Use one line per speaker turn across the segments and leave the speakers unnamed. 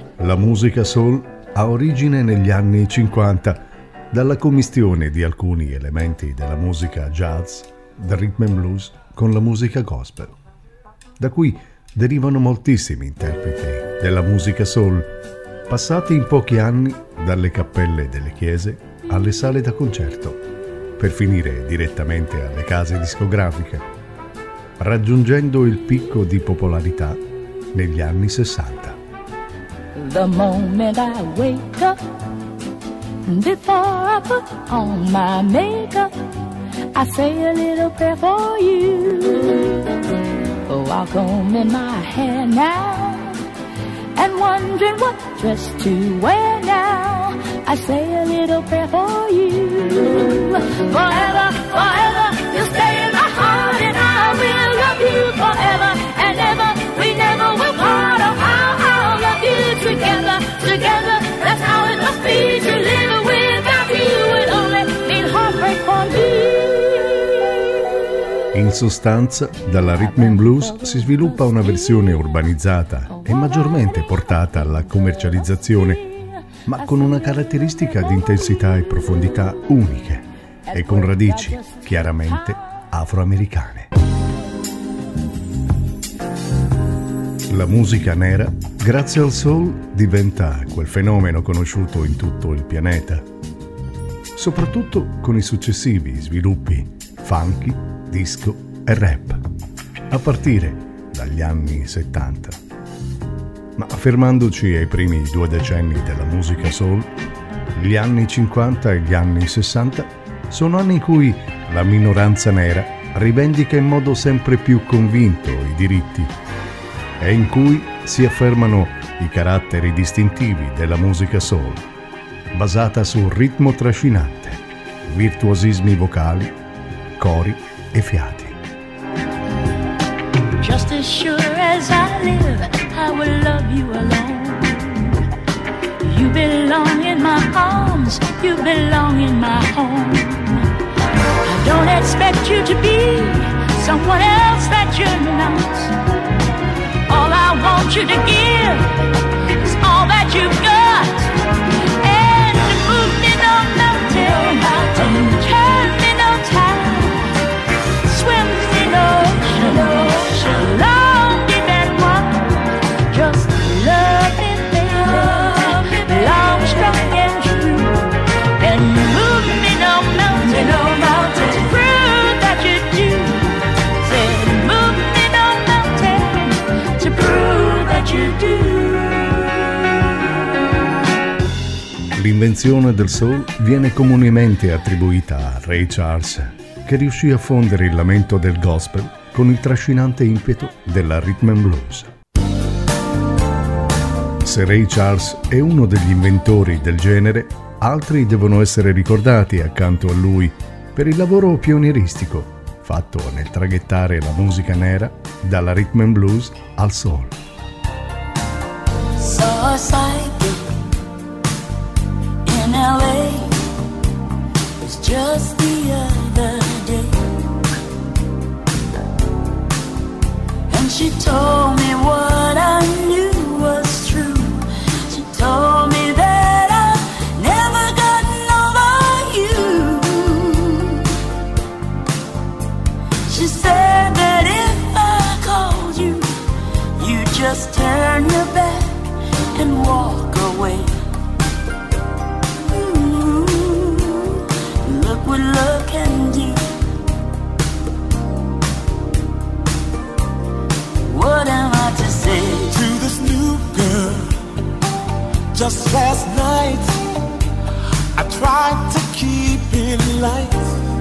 La musica soul ha origine negli anni 50 dalla commistione di alcuni elementi della musica jazz, del rhythm and blues con la musica gospel. Da qui derivano moltissimi interpreti della musica soul, passati in pochi anni dalle cappelle delle chiese alle sale da concerto, per finire direttamente alle case discografiche, raggiungendo il picco di popolarità negli anni 60.
The moment I wake up, before I put on my makeup, I say a little prayer for you. While combing my hair now and wondering what dress to wear now, I say a little prayer for you. Forever, forever, you'll stay in my heart, and I will love you forever and ever. We never will part. Oh, I'll love you together, together. That's how it must be to live without you. It only means heartbreak for me.
In sostanza, dalla rhythm and blues si sviluppa una versione urbanizzata e maggiormente portata alla commercializzazione, ma con una caratteristica di intensità e profondità uniche e con radici chiaramente afroamericane. La musica nera, grazie al soul, diventa quel fenomeno conosciuto in tutto il pianeta, soprattutto con i successivi sviluppi funky, disco e rap, a partire dagli anni 70. Ma fermandoci ai primi 2 decenni della musica soul, gli anni 50 e gli anni 60 sono anni in cui la minoranza nera rivendica in modo sempre più convinto i diritti e in cui si affermano i caratteri distintivi della musica soul, basata sul ritmo trascinante, virtuosismi vocali, cori e fiati.
Just as sure as I live, I will love you alone. You belong in my arms, you belong in my home. I don't expect you to be someone else that you're not. All I want you to give is all that you've got. And to move me no mountain, turn me no tide, swim me no ocean, long deep and wide. Just love me, baby, long, strong and true. And move me no mountain, to prove that you do. Say, move me no mountain, to prove that you do.
L'invenzione del soul viene comunemente attribuita a Ray Charles, che riuscì a fondere il lamento del gospel con il trascinante impeto della rhythm and blues. Se Ray Charles è uno degli inventori del genere, altri devono essere ricordati accanto a lui per il lavoro pionieristico fatto nel traghettare la musica nera dalla rhythm and blues al soul.
Saw a psychic in LA, it was just the other day, and she told me what I knew was true. She told me that I've never gotten over you. She said that if I called you, you just turn your back and walk away. Look what love can do. What am I to say
to this new girl? Just last night I tried to keep it light.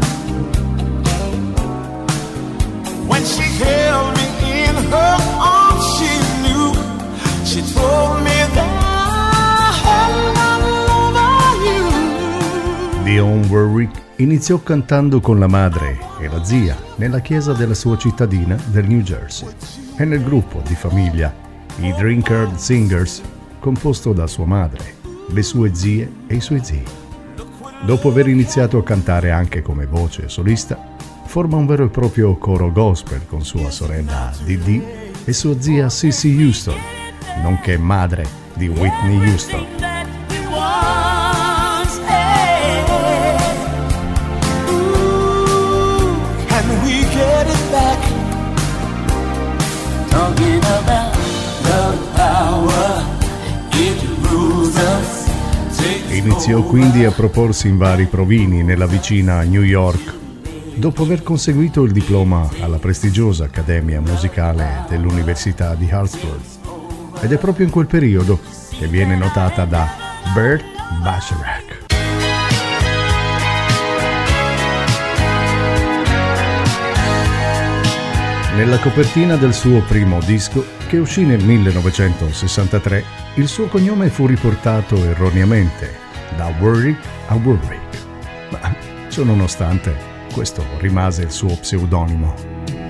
When she held me in her arms, she knew. She told me that I had not over you.
Dionne Warwick iniziò cantando con la madre e la zia nella chiesa della sua cittadina del New Jersey e nel gruppo di famiglia i Drinkard Singers, composto da sua madre, le sue zie e i suoi zii. Dopo aver iniziato a cantare anche come voce solista, forma un vero e proprio coro gospel con sua sorella Dee Dee e sua zia Cissy Houston, nonché madre di Whitney Houston.
And we get it back. Talking about the power it rules us.
Iniziò quindi a proporsi in vari provini nella vicina New York, dopo aver conseguito il diploma alla prestigiosa Accademia Musicale dell'Università di Hartford. Ed è proprio in quel periodo che viene notata da Burt Bacharach. Nella copertina del suo primo disco, che uscì nel 1963, il suo cognome fu riportato erroneamente da Warwick a Warwick, ma ciononostante questo rimase il suo pseudonimo.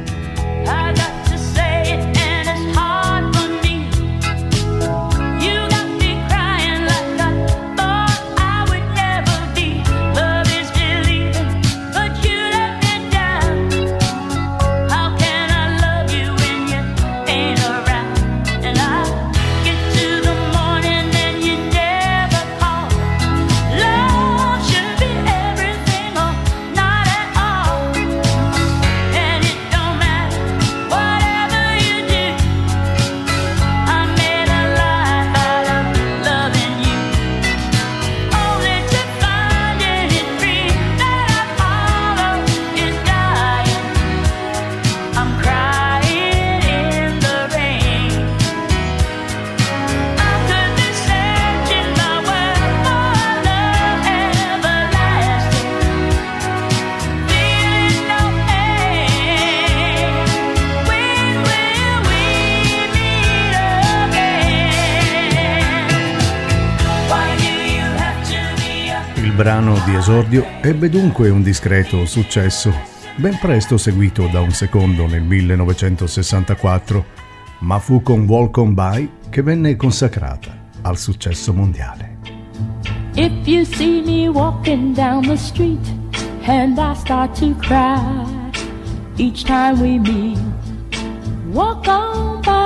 Il brano di esordio ebbe dunque un discreto successo, ben presto seguito da un secondo nel 1964, ma fu con Walk On By che venne consacrata al successo mondiale.
If you see me walking down the street and I start to cry each time we meet, walk on by.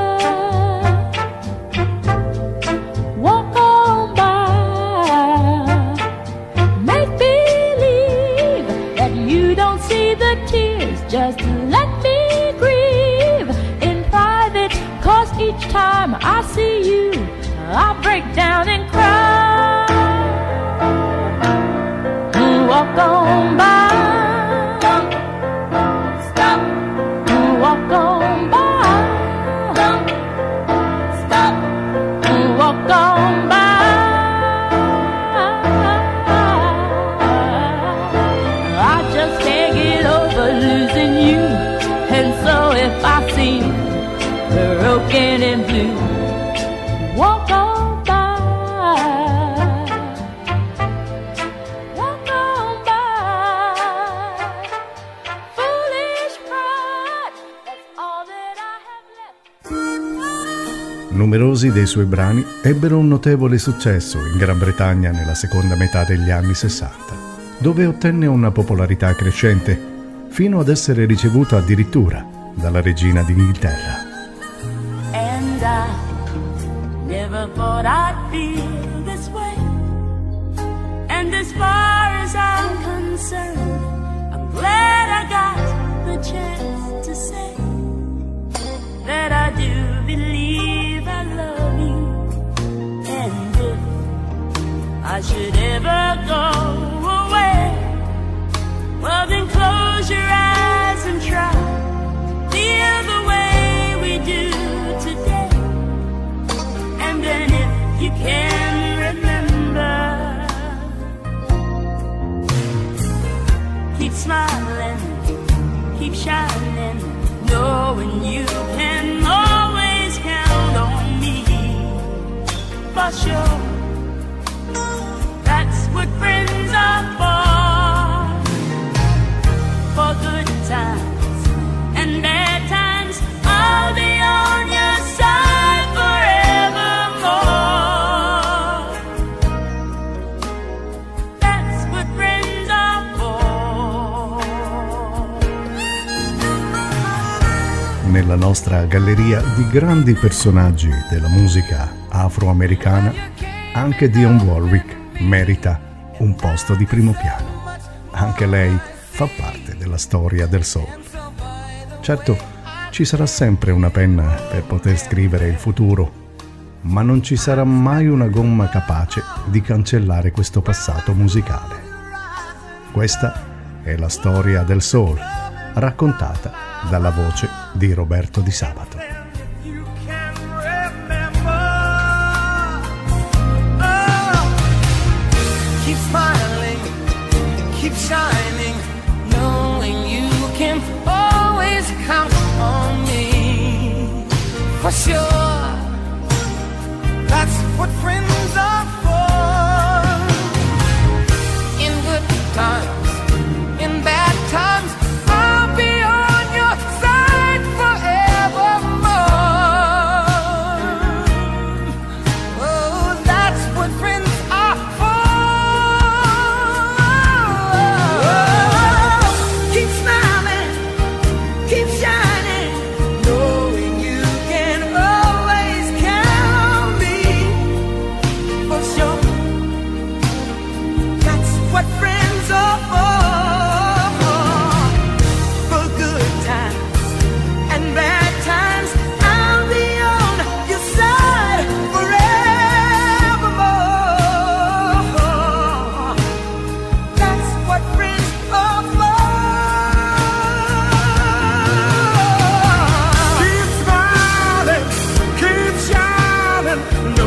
Just let me grieve in private, 'cause each time I see you, I break down and cry. Walk on by, stop, walk on by, stop, walk on by. I just can't get over losing you, and so if I seem broken and blue, walk on by, walk on by. Foolish pride, that's all that I have left.
Numerosi dei suoi brani ebbero un notevole successo in Gran Bretagna nella seconda metà degli anni 60, dove ottenne una popolarità crescente, fino ad essere ricevuta addirittura dalla regina d'Inghilterra.
And I never thought I'd feel this way. And as far as I'm concerned, I'm glad I got the chance to say that I do believe I love you. And if I should ever go away, well then close your eyes and try, feel the way we do today. And then if you can remember, keep smiling, keep shining, knowing you can always count on me. For sure, that's what friends are for good times and bad times. I'll be on your side forevermore. That's what friends are for.
Nella nostra galleria di grandi personaggi della musica afroamericana, anche Dionne Warwick merita un posto di primo piano. Anche lei fa parte della storia del soul. Certo, ci sarà sempre una penna per poter scrivere il futuro, ma non ci sarà mai una gomma capace di cancellare questo passato musicale. Questa è la storia del soul, raccontata dalla voce di Roberto Di Sabato.
Keep smiling, keep shining, knowing you can always count on me. For sure, that's what friends are for. In good times, in bad times, I'll be on your side forevermore. Oh, that's what friends are for. Keep smiling, keep shining, knowing you can always count on me. For sure, that's what friends are for. For good times and bad times, I'll be on your side forevermore. That's what friends are for. Keep smiling, keep shining,